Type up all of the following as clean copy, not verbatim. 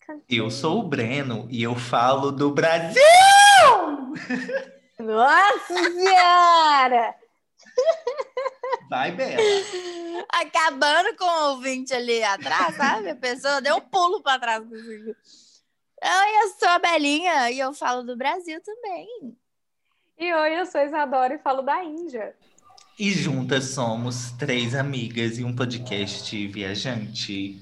Eu sou o Breno e eu falo do Brasil! Nossa Senhora! Vai, Bela! Acabando com o ouvinte ali atrás, sabe? A pessoa deu um pulo pra trás. Oi, eu sou a Belinha e eu falo do Brasil também. E oi, eu sou a Isadora e falo da Índia. E juntas somos 3 amigas e um podcast viajante.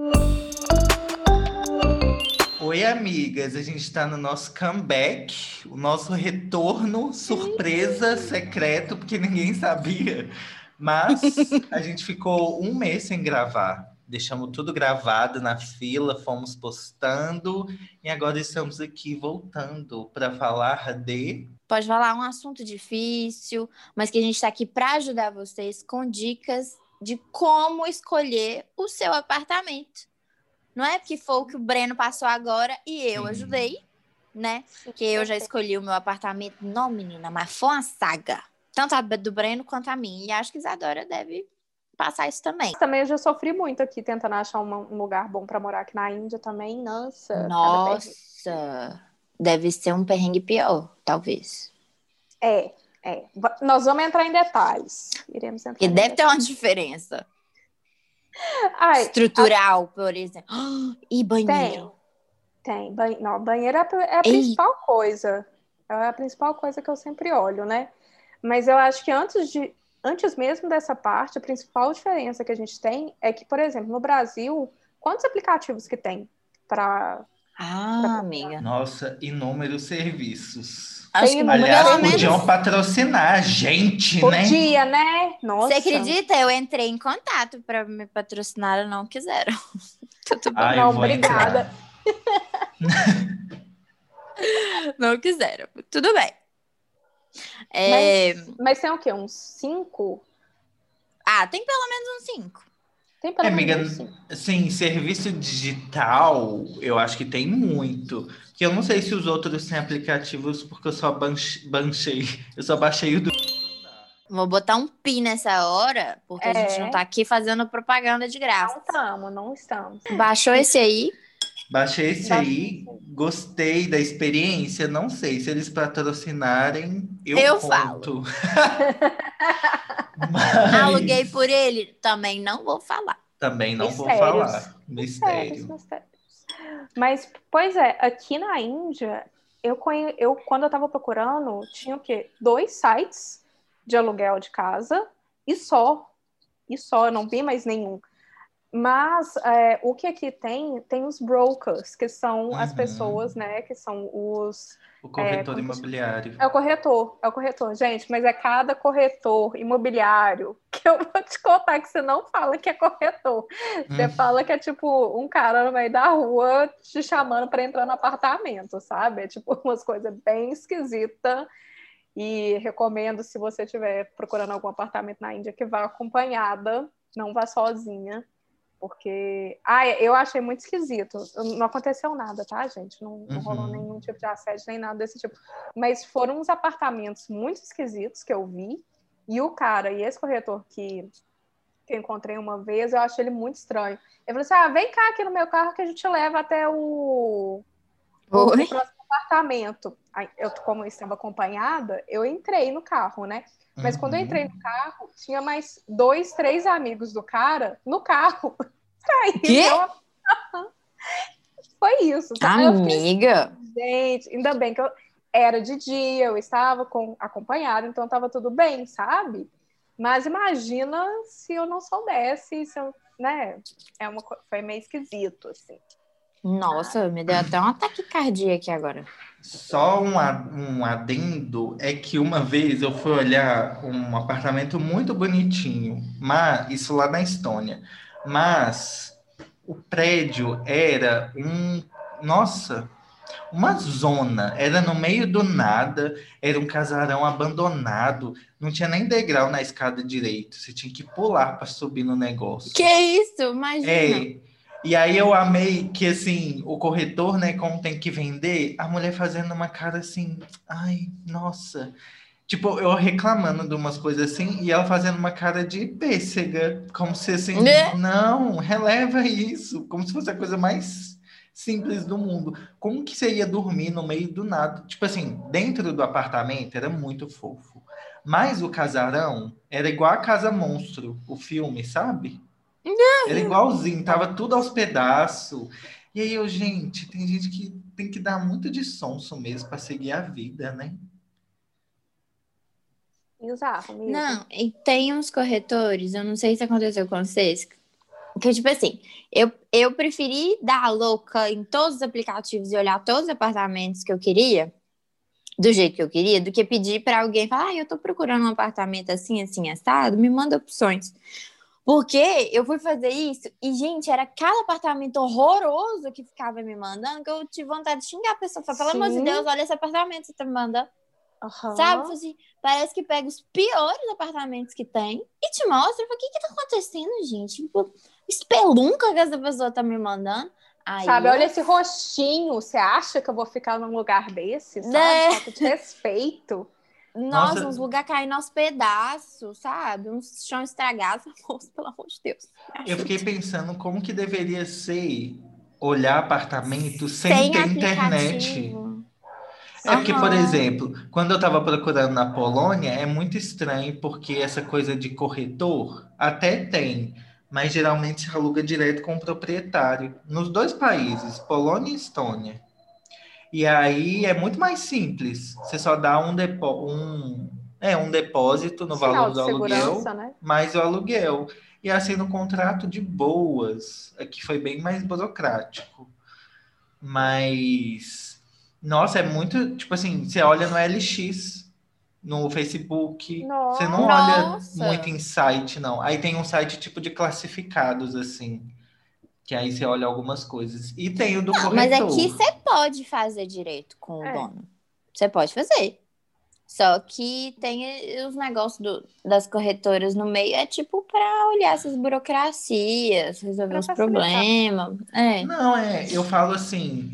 Oi, amigas! A gente está no nosso comeback, o nosso retorno surpresa secreto, porque ninguém sabia. Mas a gente ficou um mês sem gravar. Deixamos tudo gravado na fila, fomos postando e agora estamos aqui voltando para falar de... Pode falar um assunto difícil, mas que a gente está aqui para ajudar vocês com dicas de como escolher o seu apartamento. Não é porque foi o que o Breno passou agora e eu ajudei, né? Que eu já escolhi o meu apartamento. Não, menina, mas foi uma saga. Tanto a do Breno quanto a minha. E acho que a Isadora deve passar isso também. Também eu já sofri muito aqui tentando achar um lugar bom para morar aqui na Índia também. Nossa, deve ser um perrengue pior, talvez. É. Nós vamos entrar em detalhes. Iremos entrar. E deve ter uma diferença. Estrutural, por exemplo. E banheiro? Tem. Não, banheiro é a principal coisa. É a principal coisa que eu sempre olho, né? Mas eu acho que antes mesmo dessa parte, a principal diferença que a gente tem é que, por exemplo, no Brasil, quantos aplicativos que tem para... amiga. Nossa, inúmeros serviços. Acho que aliás, podiam patrocinar a gente, Podia, né? Nossa. Você acredita? Eu entrei em contato para me patrocinar e não quiseram. Tudo bom. Não, obrigada. Não quiseram. Tudo bem. Mas tem o quê? Uns 5? Tem pelo menos uns 5. Tem pelo amiga, menos uns 5. Sim, serviço digital, eu acho que tem muito. Que eu não sei se os outros têm aplicativos, porque eu só baixei o do... Vou botar um pi nessa hora, porque a gente não tá aqui fazendo propaganda de graça. Não estamos. Baixou esse aí? Baixei esse aí, gostei da experiência, não sei se eles patrocinarem, eu conto. Falo. Aluguei por ele, também não vou falar. Também não vou falar. Mistérios. Mas, pois é, aqui na Índia, eu quando eu tava procurando, tinha o quê? 2 sites de aluguel de casa e só, eu não vi mais nenhum. Mas o que aqui tem os brokers, que são as pessoas, né, que são os... O corretor imobiliário. É o corretor, gente, mas é cada corretor imobiliário que eu vou te contar que você não fala que é corretor. Você fala que é tipo um cara no meio da rua te chamando para entrar no apartamento, sabe? É tipo umas coisas bem esquisitas. E recomendo, se você estiver procurando algum apartamento na Índia, que vá acompanhada, não vá sozinha. Porque... eu achei muito esquisito. Não aconteceu nada, tá, gente? Não rolou nenhum tipo de assédio, nem nada desse tipo. Mas foram uns apartamentos muito esquisitos que eu vi. E o cara, e esse corretor que eu encontrei uma vez, eu achei ele muito estranho. Ele falou assim, vem cá aqui no meu carro que a gente leva até o próximo apartamento. Aí, como eu estava acompanhada, eu entrei no carro, né? Mas quando eu entrei no carro, tinha mais 2, 3 amigos do cara no carro. Aí, quê? Foi isso. Amiga! Gente, ainda bem que eu era de dia, eu estava acompanhada, então estava tudo bem, sabe? Mas imagina se eu não soubesse, né? Foi meio esquisito, assim. Nossa, me deu até um ataque cardíaco aqui agora. Só um adendo é que uma vez eu fui olhar um apartamento muito bonitinho, mas isso lá na Estônia. Mas o prédio era uma zona, era no meio do nada, era um casarão abandonado, não tinha nem degrau na escada direito, você tinha que pular para subir no negócio. Que isso? Imagina. E aí eu amei que, assim, o corretor, né, como tem que vender, a mulher fazendo uma cara assim, ai, nossa. Tipo, eu reclamando de umas coisas assim, e ela fazendo uma cara de pêssega, como se assim, não, releva isso, como se fosse a coisa mais simples do mundo. Como que você ia dormir no meio do nada? Tipo assim, dentro do apartamento era muito fofo. Mas o casarão era igual a Casa Monstro, o filme, sabe? Era igualzinho, tava tudo aos pedaços. E aí eu, gente, tem gente que tem que dar muito de sonso mesmo para seguir a vida, né? Bizarro, amigo. Não, e tem uns corretores, eu não sei se aconteceu com vocês, que tipo assim, eu preferi dar a louca em todos os aplicativos e olhar todos os apartamentos que eu queria, do jeito que eu queria, do que pedir pra alguém falar, eu tô procurando um apartamento assim, assim, assado, me manda opções. Porque eu fui fazer isso e, gente, era cada apartamento horroroso que ficava me mandando que eu tive vontade de xingar a pessoa. Falar, pelo amor de Sim. Deus, olha esse apartamento que você tá me mandando. Aham. Sabe? Tipo assim, parece que pega os piores apartamentos que tem e te mostra. Eu falei, o que que tá acontecendo, gente? Tipo, espelunca que essa pessoa tá me mandando. Aí Sabe, eu... olha esse rostinho. Você acha que eu vou ficar num lugar desse, sabe? Né? Falta de respeito. Nossa, Nossa. uns lugares caindo aos pedaços, sabe? Uns chão estragados. Moço, pelo amor de Deus. Eu fiquei pensando como que deveria ser olhar apartamento sem Sem ter internet. aplicativo. É porque, por Aham. exemplo, quando eu estava procurando na Polônia, é muito estranho porque essa coisa de corretor até tem, mas geralmente se aluga direto com o proprietário. Nos dois países, Polônia e Estônia. E aí é muito mais simples. Você só dá um depósito no Sinal valor de do aluguel, segurança, né? mais o aluguel. E assina um contrato de boas, que foi bem mais burocrático. Mas, nossa, é muito, tipo assim, você olha no LX, no Facebook, você não olha muito Nossa. em site, não. Aí tem um site tipo de classificados, assim, que aí você olha algumas coisas. E tem o do Não, mas aqui corretor. você pode fazer direito com o É. dono. Você pode fazer. Só que tem os negócios das corretoras no meio, é tipo para olhar essas burocracias, resolver Pra os facilitar. problemas. É. Não, eu falo assim,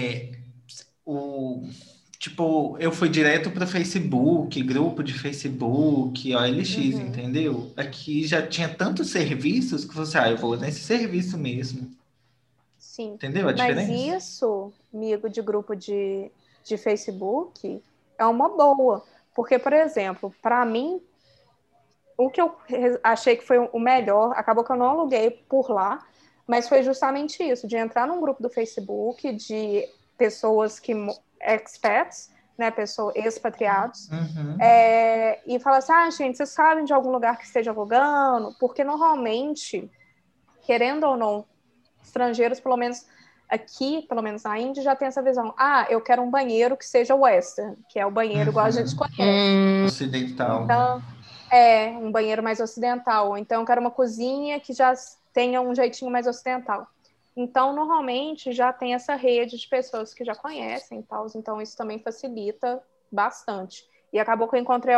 tipo, eu fui direto para Facebook, grupo de Facebook, OLX, Uhum. entendeu? Aqui já tinha tantos serviços que você, eu vou nesse serviço mesmo. Sim. Entendeu a Mas diferença? isso, amigo de grupo de Facebook, é uma boa. Porque, por exemplo, para mim, o que eu achei que foi o melhor, acabou que eu não aluguei por lá, mas foi justamente isso, de entrar num grupo do Facebook de pessoas que expats, né, pessoas expatriados, Uhum. e falar assim, gente, vocês sabem de algum lugar que esteja alugando? Porque normalmente, querendo ou não, estrangeiros, pelo menos aqui, pelo menos na Índia, já tem essa visão. Eu quero um banheiro que seja western, que é o banheiro igual a gente Uhum. conhece. Ocidental, né? Então, um banheiro mais ocidental. Então, eu quero uma cozinha que já tenha um jeitinho mais ocidental. Então, normalmente, já tem essa rede de pessoas que já conhecem e tal. Então, isso também facilita bastante. E acabou que eu encontrei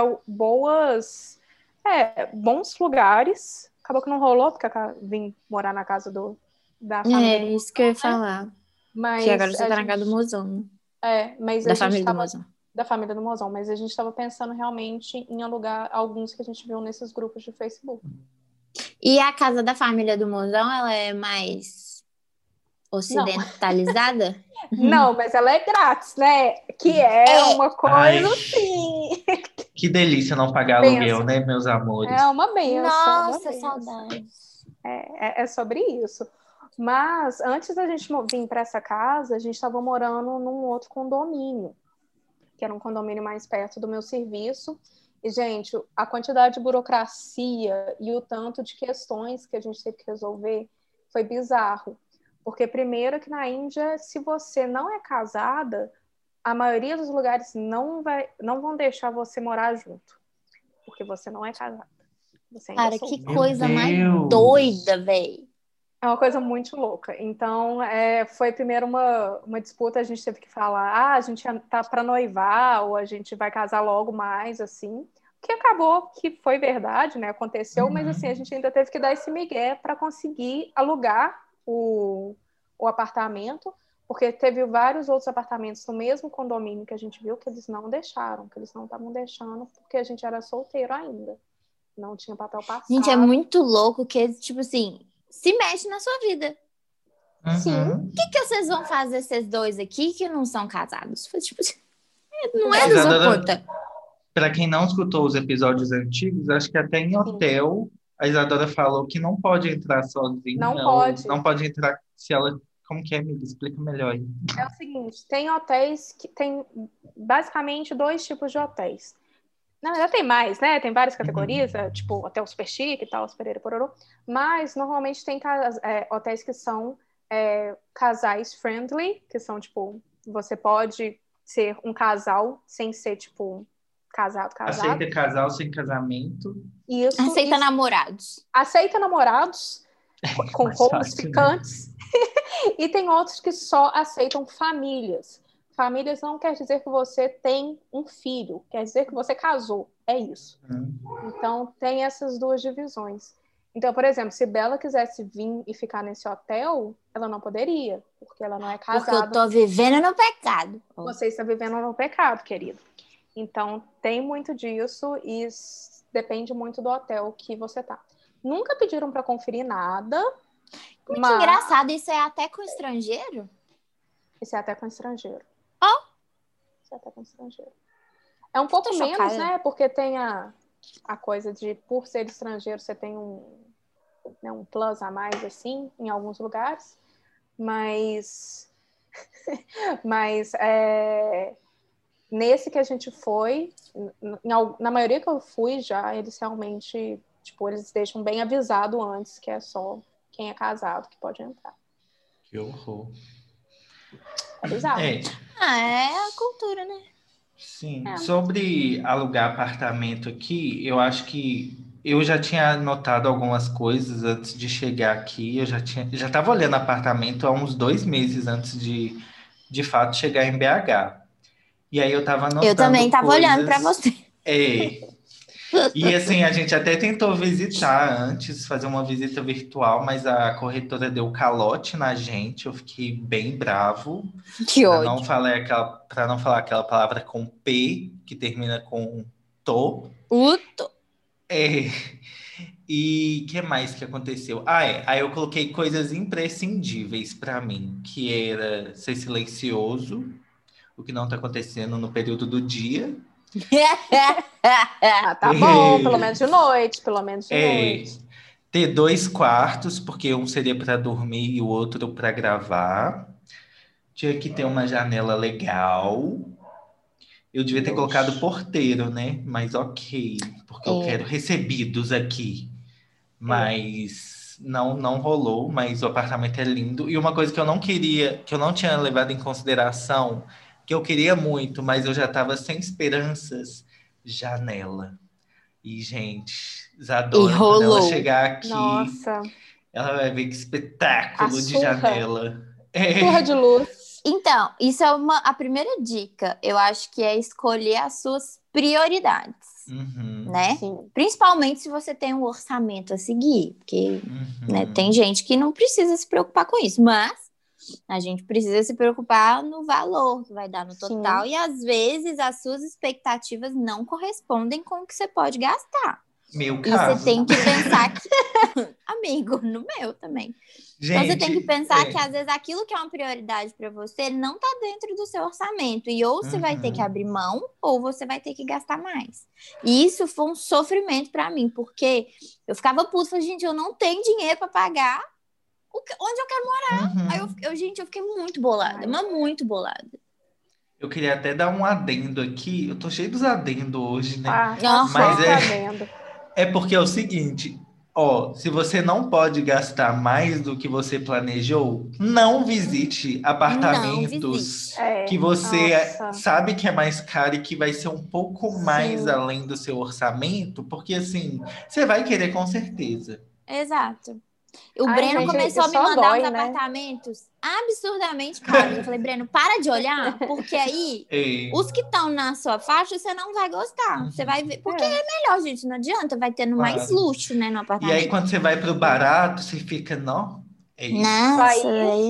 bons lugares. Acabou que não rolou, porque eu vim morar na casa da família É, do isso que eu ia Mozão, né? falar. Que agora Mas você a tá na casa do gente... mozão, né? Mas a Da gente família do estava mozão. da família do Mozão, mas a gente estava pensando realmente em alugar alguns que a gente viu nesses grupos de Facebook. E a casa da família do mozão, ela é mais Não, ocidentalizada? não, mas ela é grátis, né? Que é É. uma Ai, coisa assim. que delícia não pagar aluguel, Benção. né, meus É amores? uma benção, uma Nossa, benção. saudades. É sobre isso. Mas antes da gente vir para essa casa, a gente estava morando num outro condomínio, que era um condomínio mais perto do meu serviço. E, gente, a quantidade de burocracia e o tanto de questões que a gente teve que resolver foi bizarro. Porque, primeiro, que na Índia, se você não é casada, a maioria dos lugares não vão deixar você morar junto. Porque você não é casada. Você ainda é Cara, que solteira. Meu coisa mais Deus! doida, velho. É uma coisa muito louca. Então, foi primeiro uma disputa, a gente teve que falar, a gente tá para noivar, ou a gente vai casar logo mais, assim. Que acabou que foi verdade, né? Aconteceu, mas assim, a Uhum. gente ainda teve que dar esse migué para conseguir alugar o apartamento, porque teve vários outros apartamentos no mesmo condomínio que a gente viu que eles não deixaram, que eles não estavam deixando, porque a gente era solteiro ainda. Não tinha papel Gente, é passado. muito louco que, tipo assim, se mexe na sua vida. Sim. Uhum. O que vocês vão fazer, vocês dois aqui, que não são casados? Foi tipo, não é A da sua Isadora, conta. para quem não escutou os episódios antigos, acho que até em hotel a Isadora falou que não pode entrar Não sozinha ou pode. não pode entrar se ela. Como que é, amiga? Explica melhor aí. É o seguinte, tem hotéis que tem basicamente dois tipos de hotéis. Na verdade tem mais, né? Tem várias categorias, tipo hotel super chique e tal, super pororô. Mas normalmente tem hotéis que são casais friendly, que são tipo, você pode ser um casal sem ser tipo casado. Aceita casal sem casamento. Aceita namorados. Aceita namorados com Mais rolos fácil, né? picantes. E tem outros que só aceitam famílias. Famílias não quer dizer que você tem um filho, quer dizer que você casou. É isso. Então, tem essas duas divisões. Então, por exemplo, se Bela quisesse vir e ficar nesse hotel, ela não poderia, porque ela não é Porque eu casada. tô vivendo no pecado. Você está vivendo no pecado, querido. Então, tem muito disso e depende muito do hotel que você tá. Nunca pediram para conferir nada. Muito engraçado, isso é até com estrangeiro? Isso é até com estrangeiro. Isso é até com estrangeiro. É um pouco menos, chocada. né? Porque tem a coisa de, por ser estrangeiro, você tem um plus a mais, assim, em alguns lugares. Mas nesse que a gente foi, na maioria que eu fui já, eles realmente, tipo, eles deixam bem avisado antes que é só quem é casado que pode entrar. Que horror. É bizarro. É, É a cultura, né? sim. Sobre alugar apartamento aqui, eu acho que eu já tinha notado algumas coisas antes de chegar aqui. Eu já estava olhando apartamento há uns 2 meses antes de fato chegar em BH. E aí eu estava Eu também anotando tava olhando pra coisas. você. E assim, a gente até tentou visitar antes, fazer uma visita virtual, mas a corretora deu calote na gente. Eu fiquei bem bravo. Que Para ódio. não falar aquela palavra com P, que termina com to. Uto. É. E que mais que aconteceu? Aí eu coloquei coisas imprescindíveis para mim, que era ser silencioso, o que não está acontecendo no período do dia. Tá bom, pelo menos de noite, Ter 2 quartos, porque um seria para dormir e o outro para gravar. Tinha que ter uma janela legal. Eu devia ter colocado porteiro, né? Mas ok, porque eu quero recebidos aqui. Mas não rolou, mas o apartamento é lindo. E uma coisa que eu não queria, que eu não tinha levado em consideração, que eu queria muito, mas eu já estava sem esperanças, janela. E, gente, Isadora, quando ela rolou. chegar aqui, Nossa. ela vai ver que espetáculo de janela. Surra de luz. Então, isso é a primeira dica. Eu acho que é escolher as suas prioridades, né? Sim. Principalmente se você tem um orçamento a seguir, porque né, Uhum. tem gente que não precisa se preocupar com isso, mas a gente precisa se preocupar no valor que vai dar no total. Sim. E às vezes as suas expectativas não correspondem com o que você pode gastar. Meu E caso. você tem que pensar que... Amigo, no meu também. Então você tem que pensar que às vezes aquilo que é uma prioridade para você não tá dentro do seu orçamento. E ou você vai ter que abrir mão, ou você vai ter que gastar mais. E isso foi um sofrimento para mim, porque eu ficava puto, falei, gente, eu não tenho dinheiro para pagar onde eu quero morar. Aí eu fiquei muito bolada, mas muito bolada. Eu queria até dar um adendo aqui. Eu tô cheio dos adendos hoje, né? Mas é porque é o seguinte, ó, se você não pode gastar mais do que você planejou, não visite apartamentos que você sabe que é mais caro e que vai ser um pouco mais além do seu orçamento, porque assim, você vai querer com certeza. Exato. O Breno começou a me mandar uns apartamentos absurdamente caros. Eu falei, Breno, para de olhar, porque aí os que estão na sua faixa você não vai gostar. Você vai ver. Porque é melhor, gente, não adianta, vai tendo mais luxo, né, no apartamento. E aí, quando você vai pro barato, você fica, não. É isso. Nossa,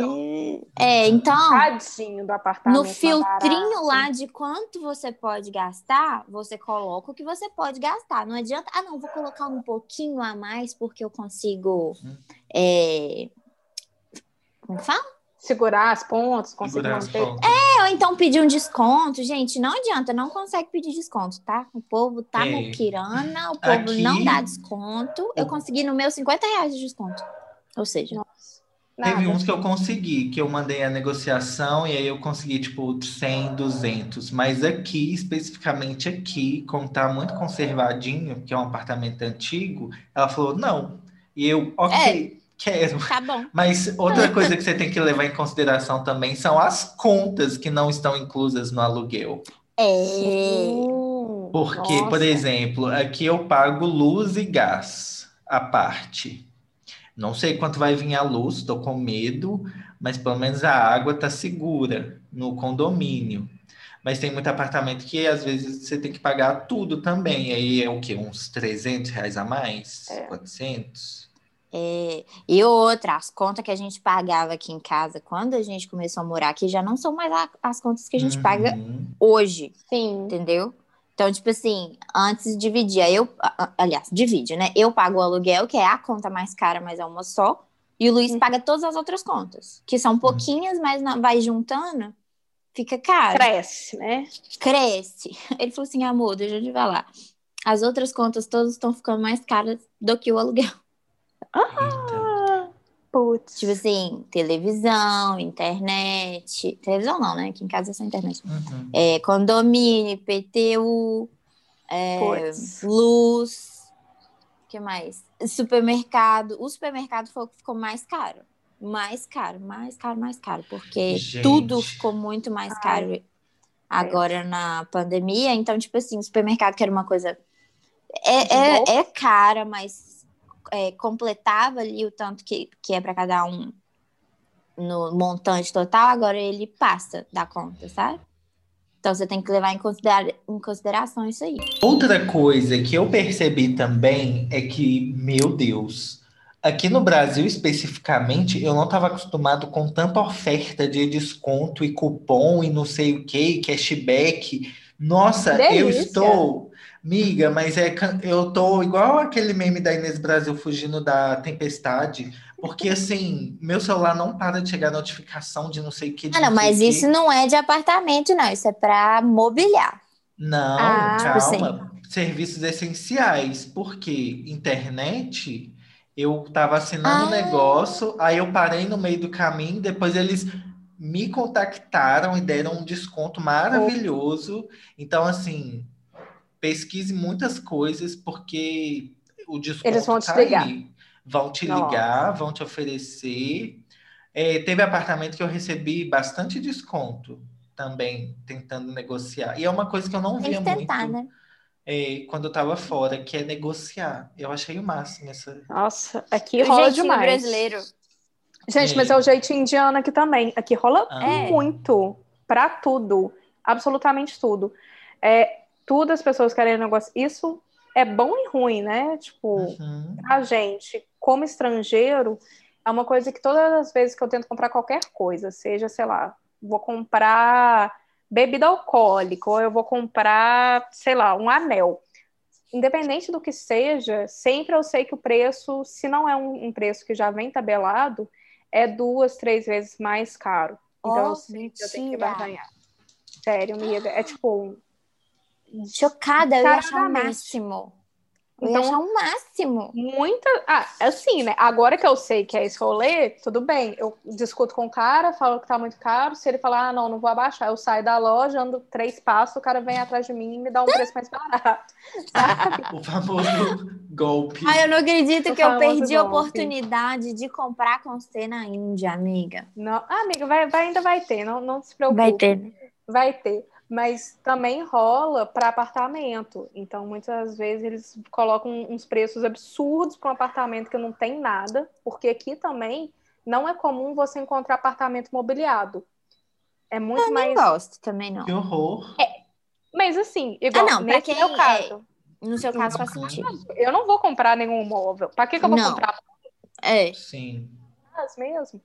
então, tadinho do apartamento no filtrinho lá de quanto você pode gastar, você coloca o que você pode gastar. Não adianta, não, vou colocar um pouquinho a mais porque eu consigo Como que fala? Segurar as pontas, conseguir Segurar as manter. pontas. Ou então pedir um desconto. Gente, não adianta, não consegue pedir desconto, tá? O povo tá muquirana, o povo não dá desconto. Eu consegui no meu R$ 50 de desconto. Ou seja... Nossa, Teve nada. uns que eu consegui, que eu mandei a negociação e aí eu consegui, tipo, 100, 200. Mas aqui, especificamente aqui, como tá muito conservadinho, que é um apartamento antigo, ela falou, não. E eu, ok, quero. Tá bom. Mas outra coisa que você tem que levar em consideração também são as contas que não estão inclusas no aluguel. Porque, por Nossa. exemplo, aqui eu pago luz e gás à parte. Não sei quanto vai vir a luz, estou com medo, mas pelo menos a água está segura no condomínio. Mas tem muito apartamento que às vezes você tem que pagar tudo também. Aí é o quê? Uns R$ 300 a mais? 400? E outra, as contas que a gente pagava aqui em casa quando a gente começou a morar aqui já não são mais as contas que a gente paga hoje. Sim. Entendeu? Então, tipo assim, antes dividia, aliás, divide, né? Eu pago o aluguel, que é a conta mais cara, mas é uma só, e o Luiz paga todas as outras contas, que são pouquinhas, mas vai juntando, fica caro. Cresce, né? Cresce. Ele falou assim, amor, deixa eu te falar, as outras contas todas estão ficando mais caras do que o aluguel. Putz. Tipo assim, televisão, internet, televisão não, né? Aqui em casa é só internet. Condomínio, IPTU, luz, o que mais? Supermercado. O supermercado foi o que ficou mais caro. Mais caro, porque tudo ficou muito mais caro agora na pandemia. Então, tipo assim, o supermercado que era uma coisa... É cara, mas completava ali o tanto que é para cada um no montante total, agora ele passa da conta, sabe? Então você tem que levar em consideração isso aí. Outra coisa que eu percebi também é que, meu Deus, aqui no Brasil especificamente, eu não estava acostumado com tanta oferta de desconto e cupom e não sei o que, cashback. Nossa, Delícia. eu estou, miga, mas eu tô igual aquele meme da Inês Brasil fugindo da tempestade, porque assim, meu celular não para de chegar notificação de não sei o que, de não, não sei mas o quê. isso não é de apartamento, não, isso é para mobiliar. Não, calma. Tipo Serviços essenciais, porque internet, eu estava assinando um negócio, aí eu parei no meio do caminho, depois eles me contactaram e deram um desconto maravilhoso. Então, assim, pesquise muitas coisas, porque o Eles desconto vão te tá ligar. aí. Vão te Nossa. ligar, vão te oferecer. Teve apartamento que eu recebi bastante desconto também, tentando negociar. E é uma coisa que eu não tem via que tentar, muito né? quando eu estava fora, que é negociar. Eu achei o máximo essa. Nossa, aqui O rola jeitinho demais. brasileiro. Gente, mas é o jeitinho indiano aqui também. Aqui rola muito pra tudo. Absolutamente tudo. Tudo as pessoas querem negócio. Isso é bom e ruim, né? Tipo, a gente, como estrangeiro, é uma coisa que todas as vezes que eu tento comprar qualquer coisa, seja, sei lá, vou comprar bebida alcoólica, ou eu vou comprar, sei lá, um anel. Independente do que seja, sempre eu sei que o preço, se não é um preço que já vem tabelado, é 2, 3 vezes mais caro. Então eu sei que eu tenho que barganhar. Sério, amiga. É tipo... Chocada, eu ia achar o máximo. Eu ia achar o máximo. Muita... assim, né? Agora que eu sei que é esse rolê, tudo bem. Eu discuto com o cara, falo que tá muito caro. Se ele falar, não vou abaixar. Eu saio da loja, ando 3 passos, o cara vem atrás de mim e me dá um preço mais barato. Sabe? O famoso golpe. Eu não acredito que eu perdi a golpe. oportunidade de comprar com você na Índia, amiga. Não, amiga, ainda vai ter, não se preocupe. Vai ter. Vai ter. Mas também rola para apartamento. Então, muitas vezes, eles colocam uns preços absurdos para um apartamento que não tem nada, porque aqui também não é comum você encontrar apartamento mobiliado. É muito mais... Eu nem gosto também, não. Que horror. Mas assim, igual nesse meu caso. No seu caso faz sentido. Eu não vou comprar nenhum móvel. Para que eu vou comprar? Sim. Mesmo.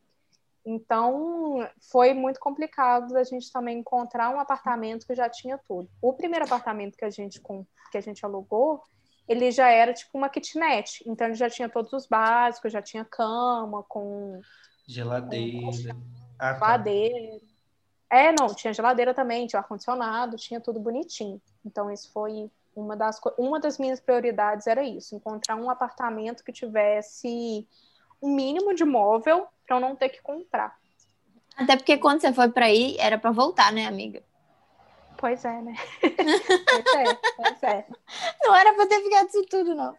Então, foi muito complicado da gente também encontrar um apartamento que já tinha tudo. O primeiro apartamento que a gente alugou, ele já era tipo uma kitnet. Então, ele já tinha todos os básicos, já tinha cama, com Geladeira. Ah, tá. Geladeira. Não, tinha geladeira também, tinha ar-condicionado, tinha tudo bonitinho. Então, isso foi uma das minhas prioridades, era isso, encontrar um apartamento que tivesse um mínimo de móvel para eu não ter que comprar. Até porque quando você foi pra aí, era pra voltar, né, amiga? Pois é, né? Pois é. Não era pra ter ficado isso tudo, não.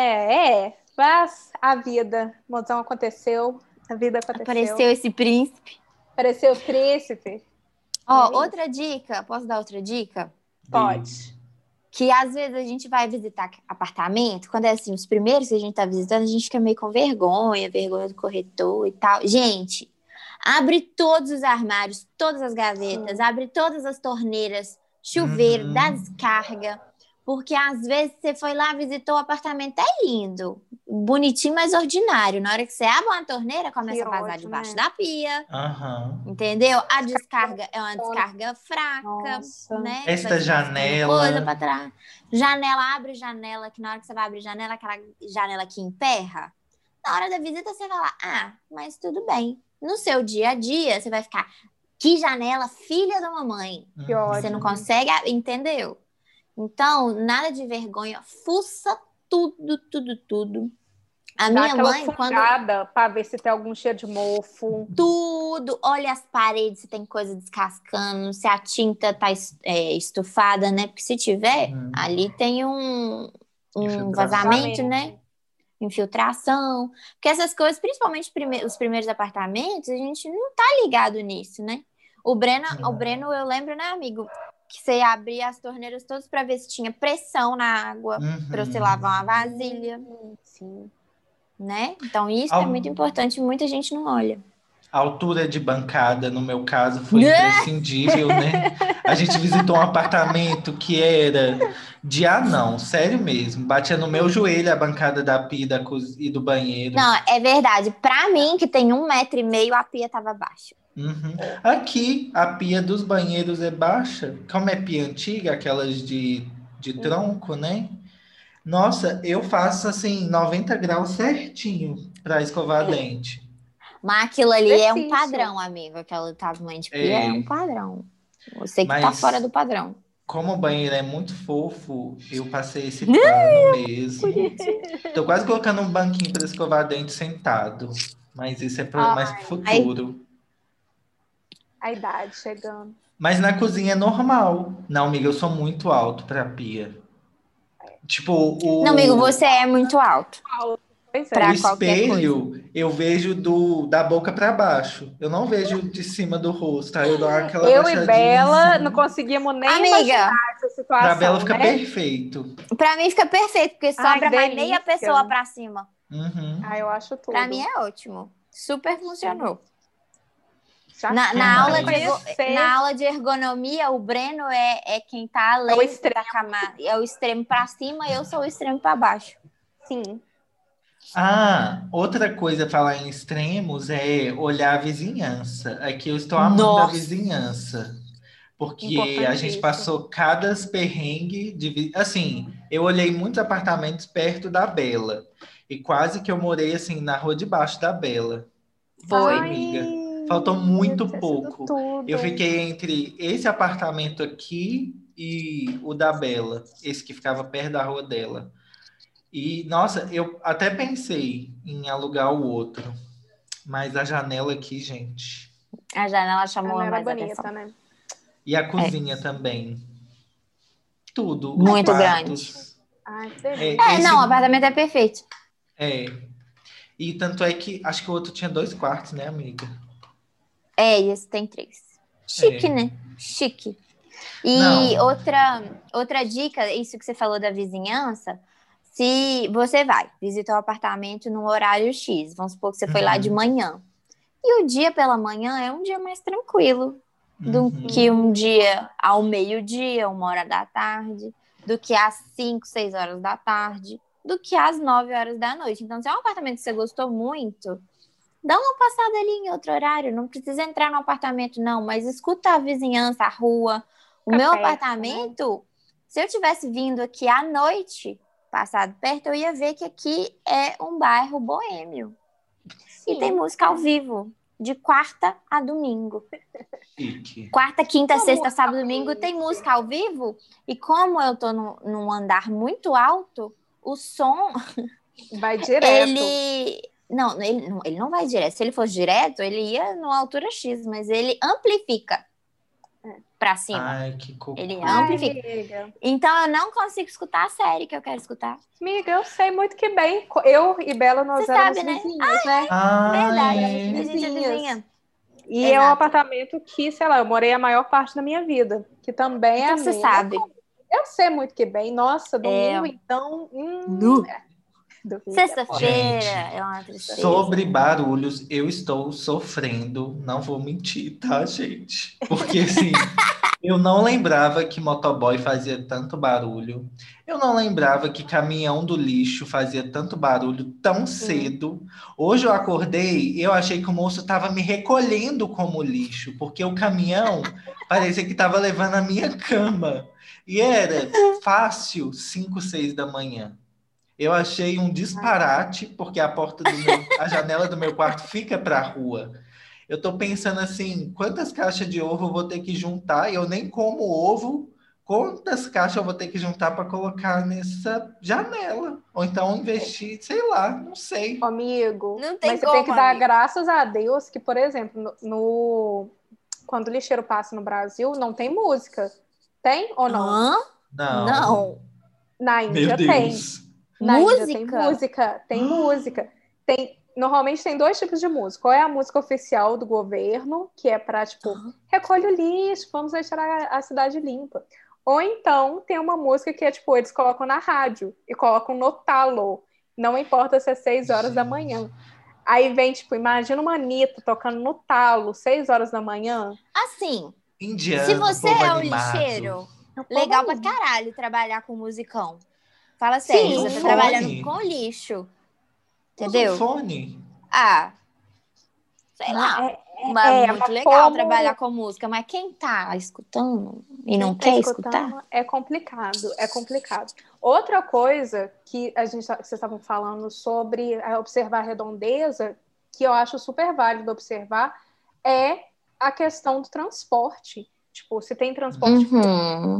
Mas a vida, mozão, aconteceu, a vida aconteceu. Apareceu esse príncipe. Apareceu o príncipe. Ó, outra dica, posso dar outra dica? Pode. Que às vezes a gente vai visitar apartamento, quando é assim, os primeiros que a gente tá visitando, a gente fica meio com vergonha do corretor e tal. Gente, abre todos os armários, todas as gavetas, abre todas as torneiras, chuveiro, dá descarga. Porque às vezes você foi lá, visitou o apartamento, é lindo, bonitinho, mas ordinário. Na hora que você abre uma torneira, começa a vazar debaixo da pia. Entendeu? A descarga é uma descarga fraca, né? Esta janela. Coisa pra trás. Janela, abre janela, que na hora que você vai abrir janela, aquela janela que emperra. Na hora da visita, você vai lá, mas tudo bem. No seu dia a dia, você vai ficar, que janela, filha da mamãe. Que ódio. Você não consegue, entendeu? Então, nada de vergonha, fuça tudo. A minha mãe, quando para ver se tem algum cheiro de mofo. Tudo, olha as paredes, se tem coisa descascando, se a tinta tá estufada, né? Porque se tiver, ali tem um vazamento, né? Infiltração. Porque essas coisas, principalmente os primeiros apartamentos, a gente não tá ligado nisso, né? O Breno, eu lembro, né, amigo? Que você abria as torneiras todas para ver se tinha pressão na água, para você lavar uma vasilha. Sim. Né? Então, isso é muito importante, muita gente não olha. A altura de bancada, no meu caso, foi imprescindível, né? A gente visitou um apartamento que era de anão, sério mesmo. Batia no meu joelho a bancada da pia e do banheiro. Não, é verdade. Pra mim, que tem 1,5 m, a pia tava baixa. Aqui, a pia dos banheiros é baixa. Como é pia antiga, aquelas de tronco, né? Nossa, eu faço assim 90 graus certinho para escovar dente. Mas aquilo ali é um padrão, amigo. Aquele tamanho de pia é um padrão. Você que tá fora do padrão. Como o banheiro é muito fofo, eu passei esse pano mesmo. Tô quase colocando um banquinho para escovar dente sentado. Mas isso é mais pro futuro. A idade chegando. Mas na cozinha é normal. Não, amiga, eu sou muito alto pra pia. Tipo, Não, amigo, você é muito alto. O espelho, eu vejo da boca pra baixo. Eu não vejo de cima do rosto. Aí eu dou aquela baixadinha. Eu e Bela não conseguimos nem imaginar essa situação, pra Bela fica perfeito. Pra mim fica perfeito, porque sobra mais meia pessoa pra cima. Eu acho tudo. Pra mim é ótimo. Super funcionou. Na aula de ergonomia, o Breno é quem tá além da camada. É o extremo pra cima e eu sou o extremo pra baixo. Sim. Outra coisa, falar em extremos, é olhar a vizinhança. Aqui eu estou amando a vizinhança. Porque a gente passou cada perrengue. Assim, eu olhei muitos apartamentos perto da Bela. E quase que eu morei, assim, na rua de baixo da Bela. Foi, amiga. Faltou muito pouco. Eu fiquei entre esse apartamento aqui e o da Bela. Esse que ficava perto da rua dela. E, nossa, eu até pensei em alugar o outro. Mas a janela aqui, gente... A janela chamou mais bonita, atenção. Né? E a cozinha também. Tudo. Muito grande. Não, o apartamento é perfeito. E tanto é que, acho que o outro tinha 2 quartos, né, amiga? E esse tem 3. Chique, né? Chique. E outra dica, isso que você falou da vizinhança, se você vai visitar o apartamento num horário X, vamos supor que você foi lá de manhã, e o dia pela manhã é um dia mais tranquilo do que um dia ao meio-dia, 1h da tarde, do que às 5, 6 horas da tarde, do que às 9 horas da noite. Então, se é um apartamento que você gostou muito, dá uma passada ali em outro horário, não precisa entrar no apartamento, não, mas escuta a vizinhança, a rua. O meu apartamento, se eu tivesse vindo aqui à noite, passado perto, eu ia ver que aqui é um bairro boêmio. E tem Sim. música ao vivo, de quarta a domingo. Chique. Quarta, quinta, Uma sexta, música sábado, domingo tem música ao vivo. E como eu tô num andar muito alto, o som, Vai direto. ele... Não, ele não vai direto. Se ele fosse direto, ele ia numa altura X, mas ele amplifica pra cima. Ai, que cocô. Ele Ai, amplifica. amiga. Então eu não consigo escutar a série que eu quero escutar. Amiga, eu sei muito que bem. Eu e Bela, nós Você éramos sabe, né? vizinhas, né? Verdade. Ai, A gente é vizinha. E é um Exato. apartamento que, sei lá, eu morei a maior parte da minha vida. Que também é a Então você mesma. sabe. Eu sei muito que bem. Nossa, domingo, então... domingo é foda. Sexta-feira Gente, é uma tristeza. sobre barulhos, eu estou sofrendo, não vou mentir, tá, gente? Porque assim, eu não lembrava que motoboy fazia tanto barulho. Eu não lembrava que caminhão do lixo fazia tanto barulho tão cedo. Hoje eu acordei, eu achei que o moço estava me recolhendo como lixo, porque o caminhão parecia que estava levando a minha cama. E era fácil 5, 6 da manhã. Eu achei um disparate, porque a janela do meu quarto fica para a rua. Eu tô pensando assim, quantas caixas de ovo eu vou ter que juntar? E eu nem como ovo. Quantas caixas eu vou ter que juntar para colocar nessa janela? Ou então investir, sei lá, não sei. Amigo, Não tem mas você tem que como, dar amigo. graças a Deus que, por exemplo, quando o lixeiro passa no Brasil, não tem música. Tem ou não? Hã? Não. Não. Na Meu Índia tem. Deus. Na Índia tem Música? música. Tem música. Normalmente tem dois tipos de música. Ou é a música oficial do governo, que é para, tipo, recolhe o lixo, vamos deixar a cidade limpa. Ou então tem uma música que é, tipo, eles colocam na rádio e colocam no talo. Não importa se é 6 horas da manhã. Aí vem, tipo, imagina uma Anitta tocando no talo, 6 horas da manhã. Assim, Indiano, se você povo é um animado. lixeiro, legal pra caralho trabalhar com musicão. Fala Sim, sério, Usa você tá um trabalhando fone. com lixo. Usa um Entendeu? fone. Ah, sei lá. Mas muito mas legal como- trabalhar com música, mas quem tá escutando e não Quem tá quer escutando, escutar? é complicado, é complicado. Outra coisa que vocês estavam falando sobre observar a redondeza, que eu acho super válido observar, é a questão do transporte. Tipo, se tem transporte Uhum.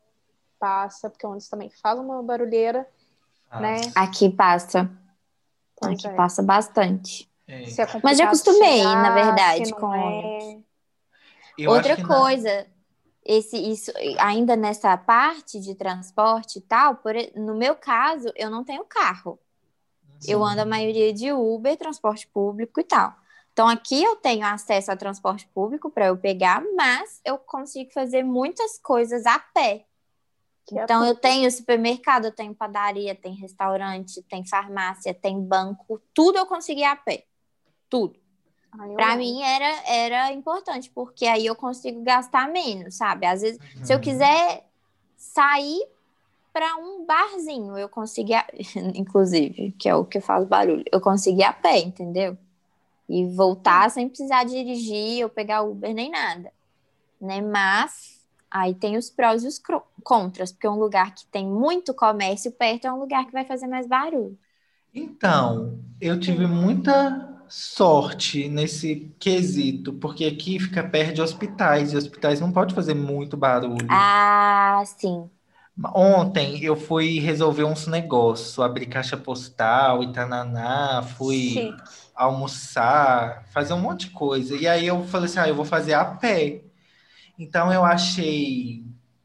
passa, porque onde também faz uma barulheira, né? Aqui passa. Pois Aqui é. passa bastante. É. Se é complicado Mas já acostumei, chegar, na verdade, se não com é. ônibus. Eu acho Outra que coisa, isso, ainda nessa parte de transporte e tal, no meu caso, eu não tenho carro. Eu ando a maioria de Uber, transporte público e tal. Então, aqui eu tenho acesso a transporte público para eu pegar, mas eu consigo fazer muitas coisas a pé. Que é Então, eu tudo. tenho supermercado, eu tenho padaria, tem restaurante, tem farmácia, tem banco, tudo eu consegui a pé. Tudo. Ai, eu Pra amo. mim era importante, porque aí eu consigo gastar menos, sabe? Às vezes, se eu quiser sair para um barzinho, eu consigo, inclusive, que é o que faz barulho, eu consigo ir a pé, entendeu? E voltar sem precisar dirigir ou pegar Uber nem nada, né? Mas aí tem os prós e os contras, porque um lugar que tem muito comércio perto é um lugar que vai fazer mais barulho. Então, eu tive muita sorte nesse quesito, porque aqui fica perto de hospitais, e hospitais não pode fazer muito barulho. Ah, sim. Ontem eu fui resolver uns negócios, abrir caixa postal, Itananá, fui Chique. almoçar, fazer um monte de coisa. E aí eu falei assim, eu vou fazer a pé. Então eu achei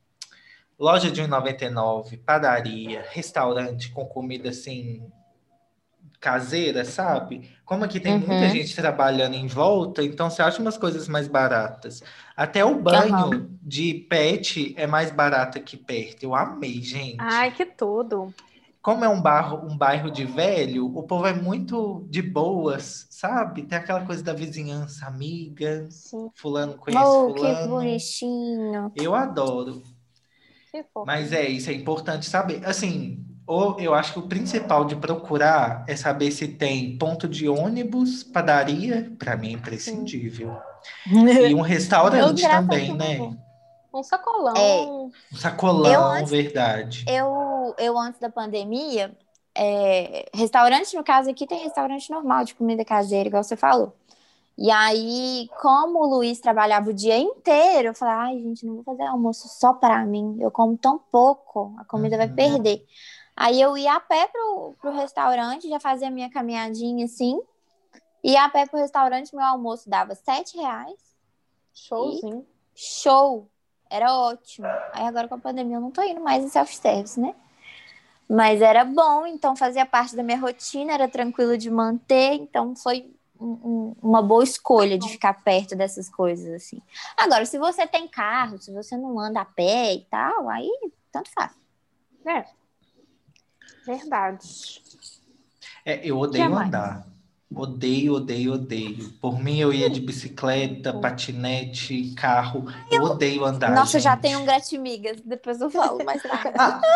loja de 1,99, padaria, restaurante com comida assim caseira, sabe? Como aqui tem muita Uhum. gente trabalhando em volta, então você acha umas coisas mais baratas. Até o Aham. banho de pet é mais barato aqui perto. Eu amei, gente. Ai, que tudo. Como é um bairro de velho, o povo é muito de boas, sabe? Tem aquela coisa da vizinhança amiga, Sim, fulano conhece Oh, que fulano. bonitinho. Eu adoro. que fofo. Mas isso é importante saber. Assim, eu acho que o principal de procurar é saber se tem ponto de ônibus, padaria, para mim é imprescindível. E um Eu, restaurante graças a também, Deus, não vou. né? Um sacolão. É, Um eu sacolão, antes, verdade. eu antes da pandemia, restaurante, no caso aqui, tem restaurante normal de comida caseira, igual você falou. E aí, como o Luiz trabalhava o dia inteiro, eu falei, ai, gente, não vou fazer almoço só pra mim. Eu como tão pouco, a comida vai perder. Aí eu ia a pé pro restaurante, já fazia minha caminhadinha assim. Ia a pé pro restaurante, meu almoço dava R$ 7. Showzinho. Show! Era ótimo. Aí agora com a pandemia eu não tô indo mais em self-service, né? Mas era bom, então fazia parte da minha rotina, era tranquilo de manter, então foi uma boa escolha de ficar perto dessas coisas, assim. Agora, se você tem carro, se você não anda a pé e tal, aí tanto faz. Verdade. Eu odeio andar. Odeio, odeio, odeio. Por mim, eu ia de bicicleta, patinete, carro. Eu odeio andar, Nossa, gente. já tem um gratimigas, depois eu falo mais tarde.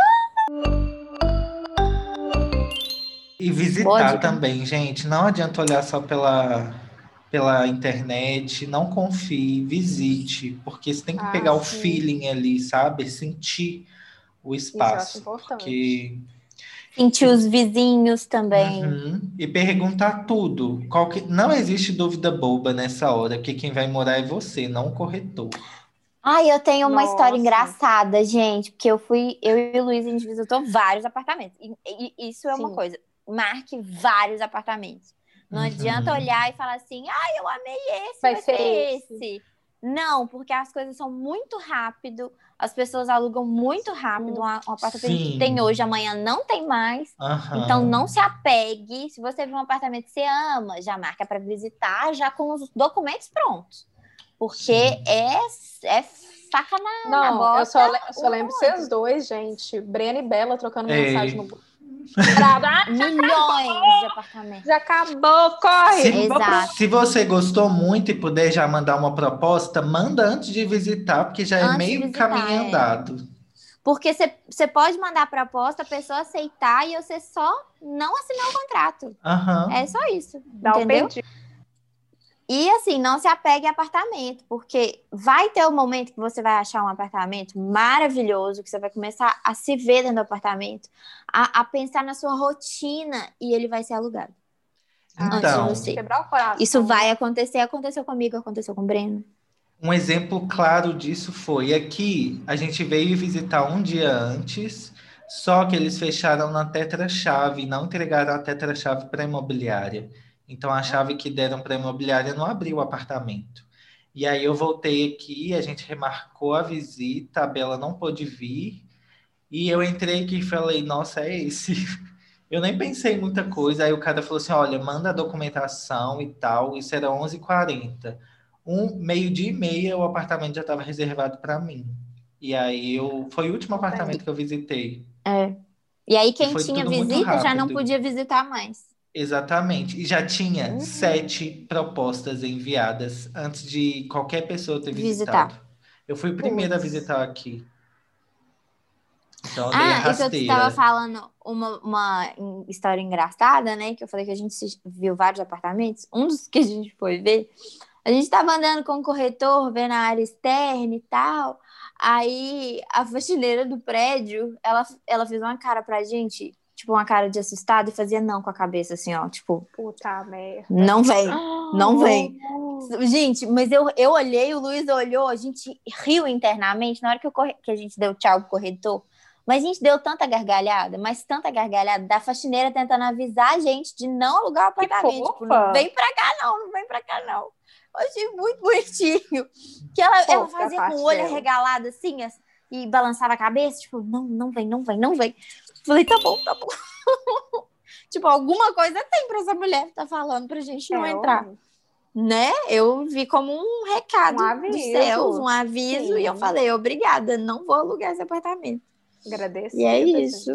E visitar também, gente. Não adianta olhar só pela internet. Não confie, visite. Porque você tem que pegar o feeling ali, sabe? Sentir o espaço. Isso eu acho importante. Porque... Sentir os vizinhos também. E perguntar tudo. Não existe dúvida boba nessa hora, porque quem vai morar é você, não o corretor. Ai, eu tenho uma história engraçada, gente, porque eu e o Luiz, a gente visitou vários apartamentos. E isso é uma coisa, marque vários apartamentos. Não adianta olhar e falar assim, ai, eu amei esse, vai ser esse. Não, porque as coisas são muito rápido, as pessoas alugam muito rápido. Um apartamento que tem hoje, amanhã não tem mais. Então não se apegue. Se você vê um apartamento que você ama, já marca para visitar, já com os documentos prontos. Porque é faca na bota. Eu só lembro vocês dois, gente. Brena e Bela trocando mensagem no milhões de apartamentos. Já acabou, corre! Se você gostou muito e puder já mandar uma proposta, manda antes de visitar, porque já é meio caminho andado. Porque você pode mandar a proposta, a pessoa aceitar e você só não assinar o contrato. É só isso. Entendeu? E assim, não se apegue a apartamento, porque vai ter um momento que você vai achar um apartamento maravilhoso, que você vai começar a se ver dentro do apartamento, a pensar na sua rotina e ele vai ser alugado. Antes de você. Quebrar o coração. Isso vai acontecer, aconteceu comigo, aconteceu com o Breno. Um exemplo claro disso foi aqui, a gente veio visitar um dia antes, só que eles fecharam na tetra-chave, não entregaram a tetra-chave para a imobiliária. Então, a chave que deram para a imobiliária não abriu o apartamento. E aí, eu voltei aqui, a gente remarcou a visita, a Bela não pôde vir. E eu entrei aqui e falei, nossa, é esse. Eu nem pensei em muita coisa. Aí o cara falou assim, olha, manda a documentação e tal. Isso era 11h40. 12h30, o apartamento já estava reservado para mim. E aí, foi o último apartamento que eu visitei. E aí, quem tinha visita já não podia visitar mais. Exatamente. E já tinha 7 propostas enviadas antes de qualquer pessoa ter visitado. Eu fui o primeiro a visitar aqui. Então, eu dei a rasteira. Isso eu estava falando uma história engraçada, né? Que eu falei que a gente viu vários apartamentos. Um dos que a gente foi ver, a gente estava andando com o corretor, vendo a área externa e tal. Aí, a faxineira do prédio, ela fez uma cara pra gente... Tipo, uma cara de assustado e fazia não com a cabeça, assim, ó. Tipo, puta merda. Não vem, não vem. Gente, mas eu olhei, o Luiz olhou, a gente riu internamente na hora que a gente deu tchau pro corretor. Mas a gente deu tanta gargalhada, da faxineira tentando avisar a gente de não alugar o apartamento. Tipo, não vem pra cá não, não vem pra cá não. Eu achei muito bonitinho. Que ela fazia com o olho arregalado, assim, e balançava a cabeça, tipo, não vem, não vem, não vem. Falei, tá bom. Tipo, alguma coisa tem pra essa mulher que tá falando pra gente não entrar. Né? Eu vi como um recado dos céus, um aviso, sim. E eu falei, obrigada, não vou alugar esse apartamento. Agradeço. E é isso.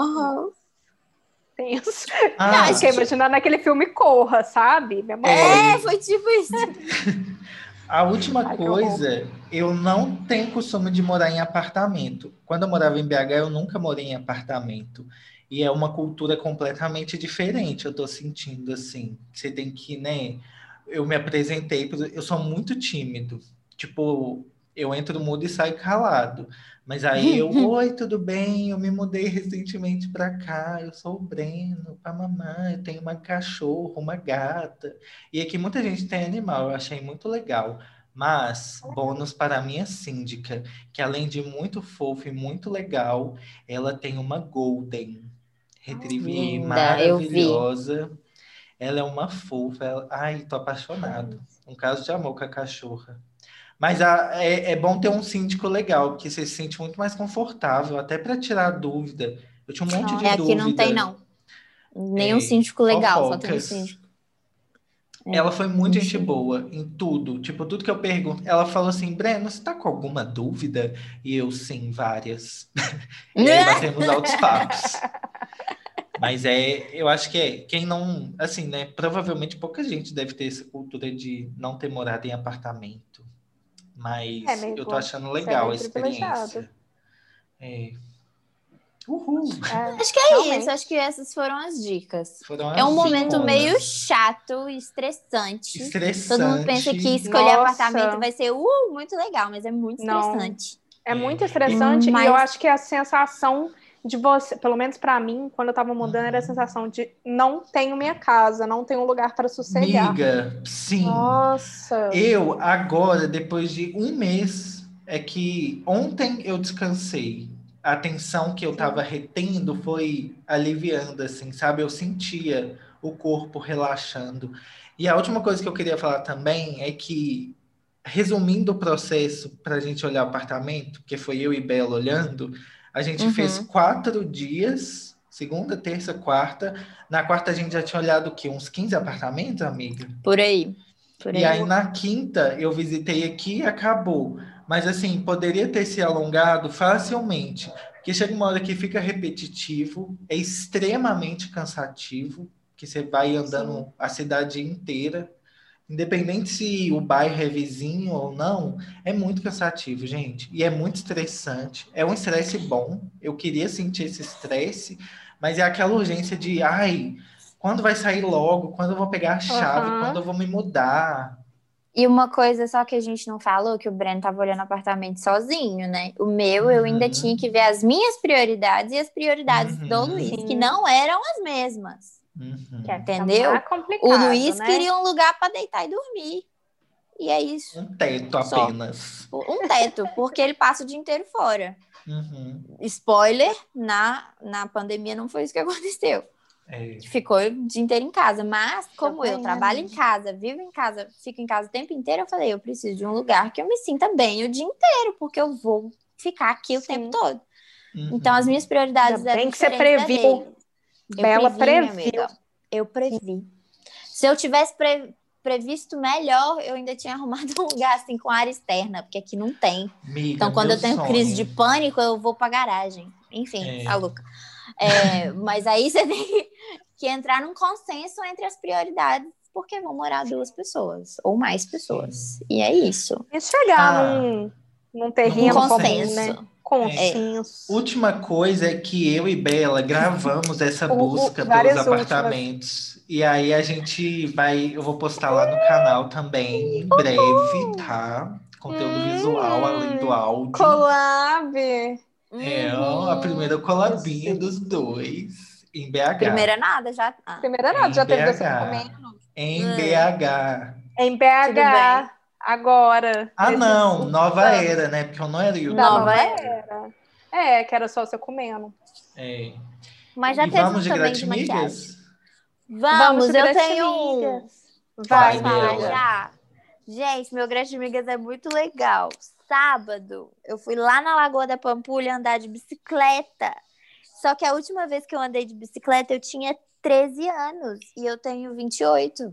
Tenso. Fiquei imaginando aquele filme Corra, sabe? Foi tipo isso. A última coisa, eu não tenho costume de morar em apartamento. Quando eu morava em BH, eu nunca morei em apartamento. E é uma cultura completamente diferente, eu tô sentindo assim. Você tem que, né? Eu me apresentei, eu sou muito tímido. Tipo, eu entro mudo e saio calado. Mas aí eu, oi, tudo bem? Eu me mudei recentemente pra cá, eu sou o Breno, a mamãe, eu tenho uma cachorra, uma gata. E aqui muita gente tem animal, eu achei muito legal. Mas, bônus para a minha síndica, que além de muito fofo e muito legal, ela tem uma Golden Retriever Linda, eu vi. maravilhosa. Ela é uma fofa. Ai, tô apaixonado. Um caso de amor com a cachorra. Mas é bom ter um síndico legal, porque você se sente muito mais confortável, até para tirar dúvida. Eu tinha um monte de Aqui não tem, dúvida, não. Nenhum síndico legal, só tem um fofocas. síndico. Ela foi muito gente Mentira. boa em tudo. Tipo, tudo que eu pergunto. Ela falou assim: Breno, você tá com alguma dúvida? E eu, sim, várias. E aí batemos altos papos. Mas eu acho que quem não, assim, né? Provavelmente pouca gente deve ter essa cultura de não ter morado em apartamento. Mas eu tô amigo, achando você é legal a bem privilegiado. experiência. É. Uhul! Acho que é isso, Realmente. acho que essas foram as dicas. Foram É as um momento meio diconas. chato e estressante. Todo mundo pensa que Estressante. escolher Nossa, apartamento vai ser muito legal, mas é muito não. estressante. É muito E- estressante e eu Mas acho que a sensação de você, pelo menos pra mim, quando eu tava mudando, era a Uhum. sensação de não tenho minha casa, não tenho um lugar para sossegar. Miga, sim. Nossa, Eu agora, depois de um mês, é que ontem eu descansei. A tensão que eu tava sim. retendo foi aliviando, assim, sabe? Eu sentia o corpo relaxando. E a última coisa que eu queria falar também é que, resumindo o processo para a gente olhar o apartamento, porque foi eu e Bela olhando, a gente fez uhum, 4 dias, segunda, terça, quarta. Na quarta a gente já tinha olhado o quê? Uns 15 apartamentos, amiga? por aí, por E aí aí. na quinta eu visitei aqui e acabou. Mas assim, poderia ter se alongado facilmente, porque chega uma hora que fica repetitivo, é extremamente cansativo, que você vai Sim. andando a cidade inteira, independente se o bairro é vizinho ou não, é muito cansativo, gente, e é muito estressante. É um estresse bom, eu queria sentir esse estresse, mas é aquela urgência de, ai, quando vai sair logo? Quando eu vou pegar a chave? Quando Aham. eu vou me mudar? E uma coisa só que a gente não falou, que o Breno tava olhando apartamento sozinho, né? O meu, eu ainda tinha Uhum, que ver as minhas prioridades e as prioridades do uhum, Luiz, que Sim. não eram as mesmas. uhum. É Entendeu? mais O complicado, Luiz né? queria um lugar para deitar e dormir. E é isso. Um teto Só. apenas. Um teto, porque ele passa o dia inteiro fora. Uhum, Spoiler, na pandemia não foi isso que aconteceu. é. Ficou o dia inteiro em casa. Mas, Tá como eu trabalho em vendo? casa, vivo em casa, fico em casa o tempo inteiro, eu falei, eu preciso de um lugar que eu me sinta bem o dia inteiro, porque eu vou ficar aqui o tempo Sim. todo. Então, as Uhum. minhas Ainda prioridades eram bem que você diferentes da previu. dele. Eu Bela previ, minha previu. amiga. Eu previ. Se eu tivesse previsto melhor, eu ainda tinha arrumado um lugar assim com área externa, porque aqui não tem. Miga, Então, quando meu eu tenho crise de sonho. pânico, eu vou pra garagem. Enfim, tá É. louca. Mas aí você tem que entrar num consenso entre as prioridades, porque vão morar duas pessoas ou mais Sim. pessoas. E é isso. E chegar Ah, num no Um terreno comum, consenso. né? consenso. É. Consenso. Última coisa é que eu e Bela gravamos essa busca pelos Várias últimas. apartamentos. E aí a gente vai, eu vou postar lá no canal também, em breve, tá? Conteúdo visual além do áudio. Collab. É ó, a primeira Uhum. colabinha dos Isso. dois em BH. Primeira nada, já. Primeira nada, Em já teve doce comendo. BH. Em Hum, BH. Em tudo bem. BH, agora, Ah, nesses não, últimos nova anos, era, né? Porque eu não era da Nova nova era. youtuber. era. É, que era só você comendo. É. Mas já E teve vamos um de também de maquiagem. gratimigas? Vamos Vamos, subir eu as tenho um. amigas. Vai, Posso Vai, falar amiga. Bela. já? Gente, meu Grande Amigas é muito legal. Sábado, eu fui lá na Lagoa da Pampulha andar de bicicleta. Só que a última vez que eu andei de bicicleta, eu tinha 13 anos e eu tenho 28.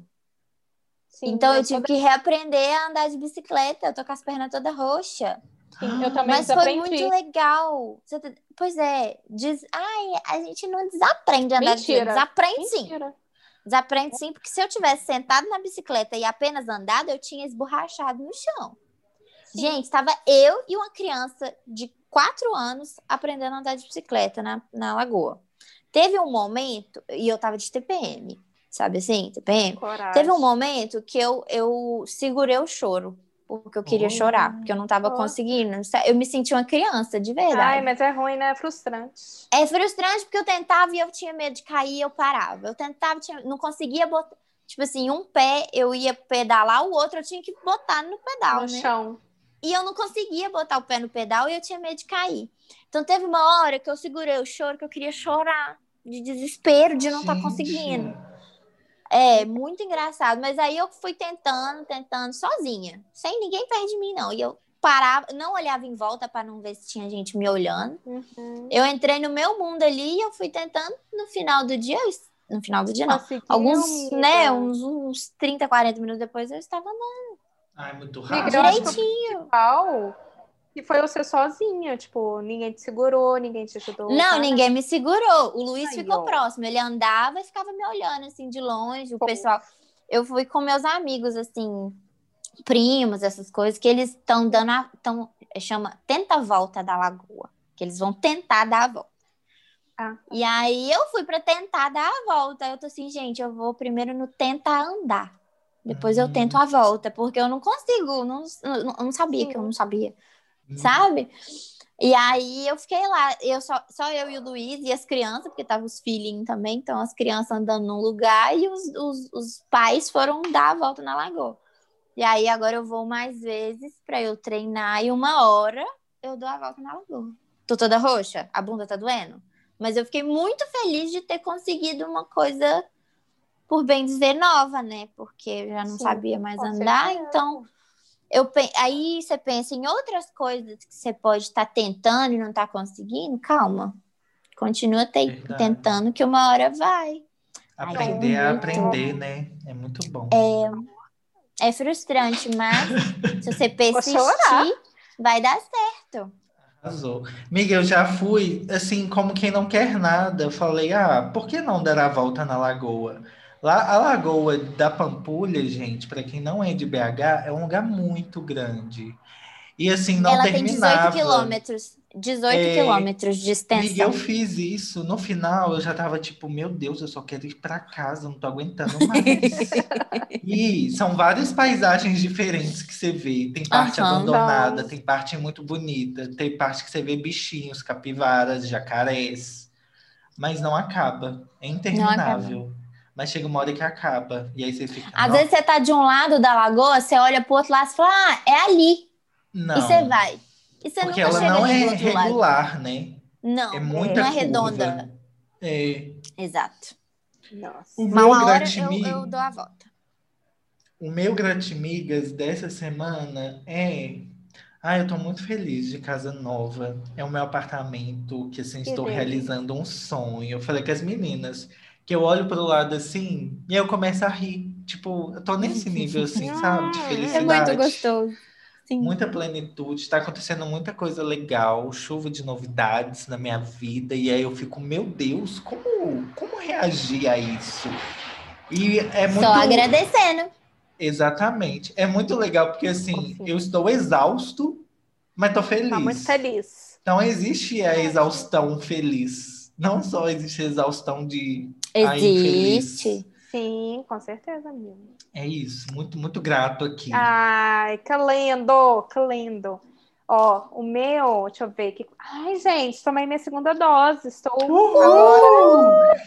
Sim, Então eu eu tô tive que reaprender a andar de bicicleta. Eu tô com as pernas todas roxas. sim, eu também Mas foi muito desaprendi. legal. Pois é, ai, a gente não desaprende a andar de bicicleta. Mentira. Desaprende sim. Mentira. Desaprende sim, porque se eu tivesse sentado na bicicleta e apenas andado, eu tinha esborrachado no chão. Sim. Gente, estava eu e uma criança de 4 anos aprendendo a andar de bicicleta na lagoa. Teve um momento, e eu tava de TPM, sabe assim, TPM? Coragem. Teve um momento que eu segurei o choro. porque eu queria chorar, porque eu não tava conseguindo. Eu me senti uma criança, de verdade. Ai, mas é ruim, né? É frustrante. É frustrante porque eu tentava e eu tinha medo de cair, eu parava. Eu tentava, não conseguia botar. Tipo assim, um pé eu ia pedalar, o outro eu tinha que botar no pedal, No né? chão. E eu não conseguia botar o pé no pedal e eu tinha medo de cair. Então teve uma hora que eu segurei o choro, que eu queria chorar, de desespero, de não estar conseguindo. É, muito engraçado. Mas aí eu fui tentando, sozinha. Sem ninguém perto de mim, não. E eu parava, não olhava em volta para não ver se tinha gente me olhando. Eu entrei no meu mundo ali e eu fui tentando. No final do dia não. Conseguiu, Alguns, amiga? né, uns 30, 40 minutos depois eu estava andando. Ai, muito Amiga, rápido. eu acho que o principal que foi você sozinha. Tipo, ninguém te segurou, ninguém te ajudou. Não, Tá? ninguém me segurou. O Luiz Aí, ficou ó. próximo. Ele andava e ficava me olhando, assim, de longe. O pessoal... Eu fui com meus amigos, assim, primos, essas coisas, que eles estão dando chama tenta a volta da lagoa. Que eles vão tentar dar a volta. E aí eu fui pra tentar dar a volta. Eu tô assim, gente, eu vou primeiro no tentar andar. Depois eu tento a volta, porque eu não consigo, não sabia que eu não sabia, sabe? E aí eu fiquei lá, só eu e o Luiz e as crianças, porque tava os filhinhos também, então as crianças andando num lugar e os pais foram dar a volta na lagoa. E aí agora eu vou mais vezes pra eu treinar e 1 hora eu dou a volta na lagoa. Tô toda roxa, a bunda tá doendo. Mas eu fiquei muito feliz de ter conseguido uma coisa, por bem dizer, nova, né? Porque eu já não sabia mais andar, então... Aí você pensa em outras coisas que você pode estar tentando e não tá conseguindo. Calma. Continua tentando que 1 hora vai. Aprender a aprender, né? É muito bom. É frustrante, mas se você Vou chorar. persistir, vai dar certo. Arrasou. Miguel, eu já fui, assim, como quem não quer nada. Eu falei, por que não dar a volta na lagoa? Lá, a Lagoa da Pampulha, gente, para quem não é de BH, é um lugar muito grande. E assim, não Ela tem 18 terminava. quilômetros. 18 quilômetros de Miguel, extensão. eu fiz isso. No final, eu já tava tipo, meu Deus, eu só quero ir para casa, não tô aguentando mais. E são várias paisagens diferentes que você vê. Tem parte abandonada, tem parte muito bonita, tem parte que você vê bichinhos, capivaras, jacarés. Mas não acaba. É interminável. Mas chega uma hora que acaba. E aí você fica. Às vezes você tá de um lado da lagoa, você olha pro outro lado e fala, é ali. Não. E você vai. E você Porque nunca ela chega não ali é do outro regular, lado. né? Não, É muita não é curva. redonda. É. Exato. Nossa. O Mas meu 1 hora gratimi- eu dou a volta. O meu gratimigas dessa semana é. Eu tô muito feliz de casa nova. É o meu apartamento, que assim, estou realizando um sonho. Eu falei com as meninas que eu olho pro lado assim e eu começo a rir. Tipo, eu tô nesse nível assim, sabe? De É felicidade. muito gostoso. Sim. Muita plenitude, tá acontecendo muita coisa legal, chuva de novidades na minha vida, e aí eu fico, meu Deus, como reagir a isso? E é muito. Só agradecendo. Exatamente. É muito legal, porque assim, eu estou exausto, mas tô feliz. Tá muito feliz. Então existe a exaustão feliz. Não só existe a exaustão de infeliz. Existe. Sim, com certeza, amigo. É isso, muito, muito grato aqui. Ai, que lindo, que lindo. Ó, o meu, deixa eu ver aqui. Ai, gente, tomei minha segunda dose. Estou agora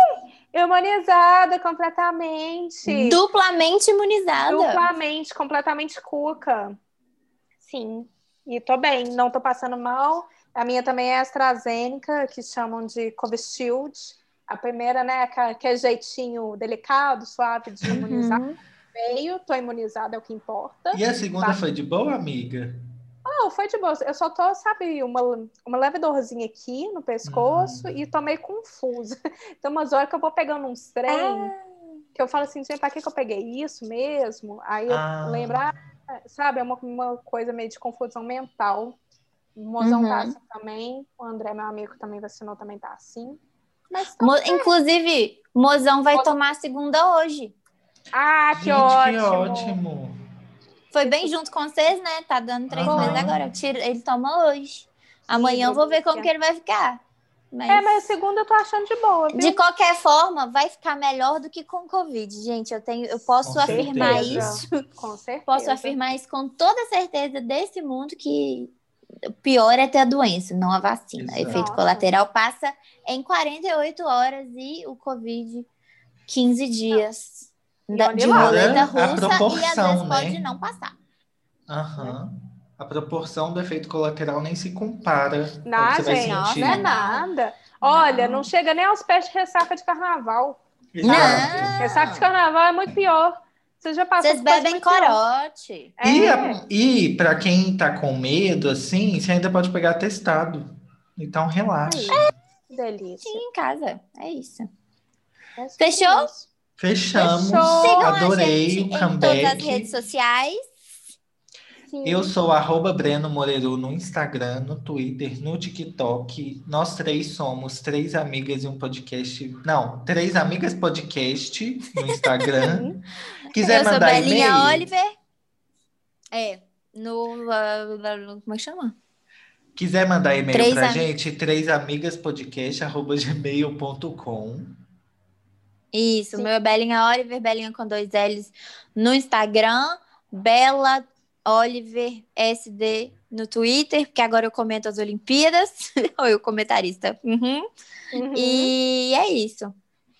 imunizada completamente. Duplamente imunizada. Duplamente, completamente cuca. Sim. E tô bem, não tô passando mal. A minha também é AstraZeneca, que chamam de Covishield. A primeira, né, que é jeitinho delicado, suave de imunizar. Veio, tô imunizada, é o que importa. E a segunda foi de boa, amiga? Não, foi de boa. Eu só tô, sabe, uma leve dorzinha aqui no pescoço e tô meio confusa. Tem umas horas que eu vou pegando uns trem que eu falo assim, gente, pra que eu peguei isso mesmo? Aí eu lembro, sabe, é uma coisa meio de confusão mental. O mozão tá assim também. O André, meu amigo, também vacinou, também tá assim. Mas inclusive, mozão vai tomar a segunda hoje. Que Gente, ótimo! que ótimo! Foi bem junto com vocês, né? Tá dando 3 meses agora. Ele toma hoje. Amanhã eu vou ver como que ele vai ficar. Mas a segunda eu tô achando de boa, viu? De qualquer forma, vai ficar melhor do que com Covid, gente. Eu posso Com afirmar certeza. isso. Com certeza. Posso afirmar isso com toda certeza desse mundo, que o pior é ter a doença, não a vacina. Exato. Efeito Nossa. colateral passa em 48 horas e o Covid 15 dias E olha de lá. roleta A russa, e às proporção, vezes pode né? não passar. Aham. A proporção do efeito colateral nem se compara ao que Não, você vai gente, Nossa, sentir. não é não. nada. Olha, Não. não chega nem aos pés de ressaca de carnaval. Exato. Ressaca de carnaval é muito pior. Você já passou Vocês por coisa bebem muito pior. corote. E para quem tá com medo, assim, você ainda pode pegar atestado. Então, relaxa. Que delícia. Em casa, é isso. É sobre Fechou? isso. Fechamos. Fechou. Sigam a Adorei gente o em todas as comeback. redes sociais. Sim. Eu sou @Breno Moreiro no Instagram, no Twitter, no TikTok. Nós três somos 3 amigas e um podcast. Não, 3 amigas podcast no Instagram. Quiser Eu sou mandar Belinha e-mail, Oliver. Como é que chama? quiser mandar e-mail Três pra am- gente, 3amigaspodcast@gmail.com. Isso, o Sim. meu é Belinha Oliver, Belinha com 2 L's no Instagram, Bela Oliver SD no Twitter, porque agora eu comento as Olimpíadas. Oi, o comentarista. Uhum. E é isso.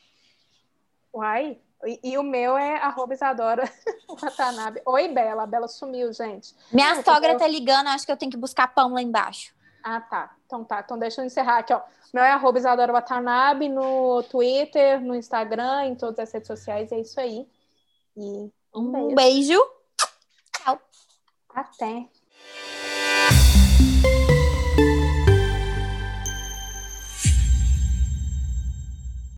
Uai. E o meu é @Isadora Watanabe. Oi, Bela. A Bela sumiu, gente. Minha sogra tá ligando, acho que eu tenho que buscar pão lá embaixo. Ah, tá. Então deixa eu encerrar aqui, ó. Meu é @Isadora Watanabe no Twitter, no Instagram, em todas as redes sociais. É isso aí. E Um beijo. Tchau. até.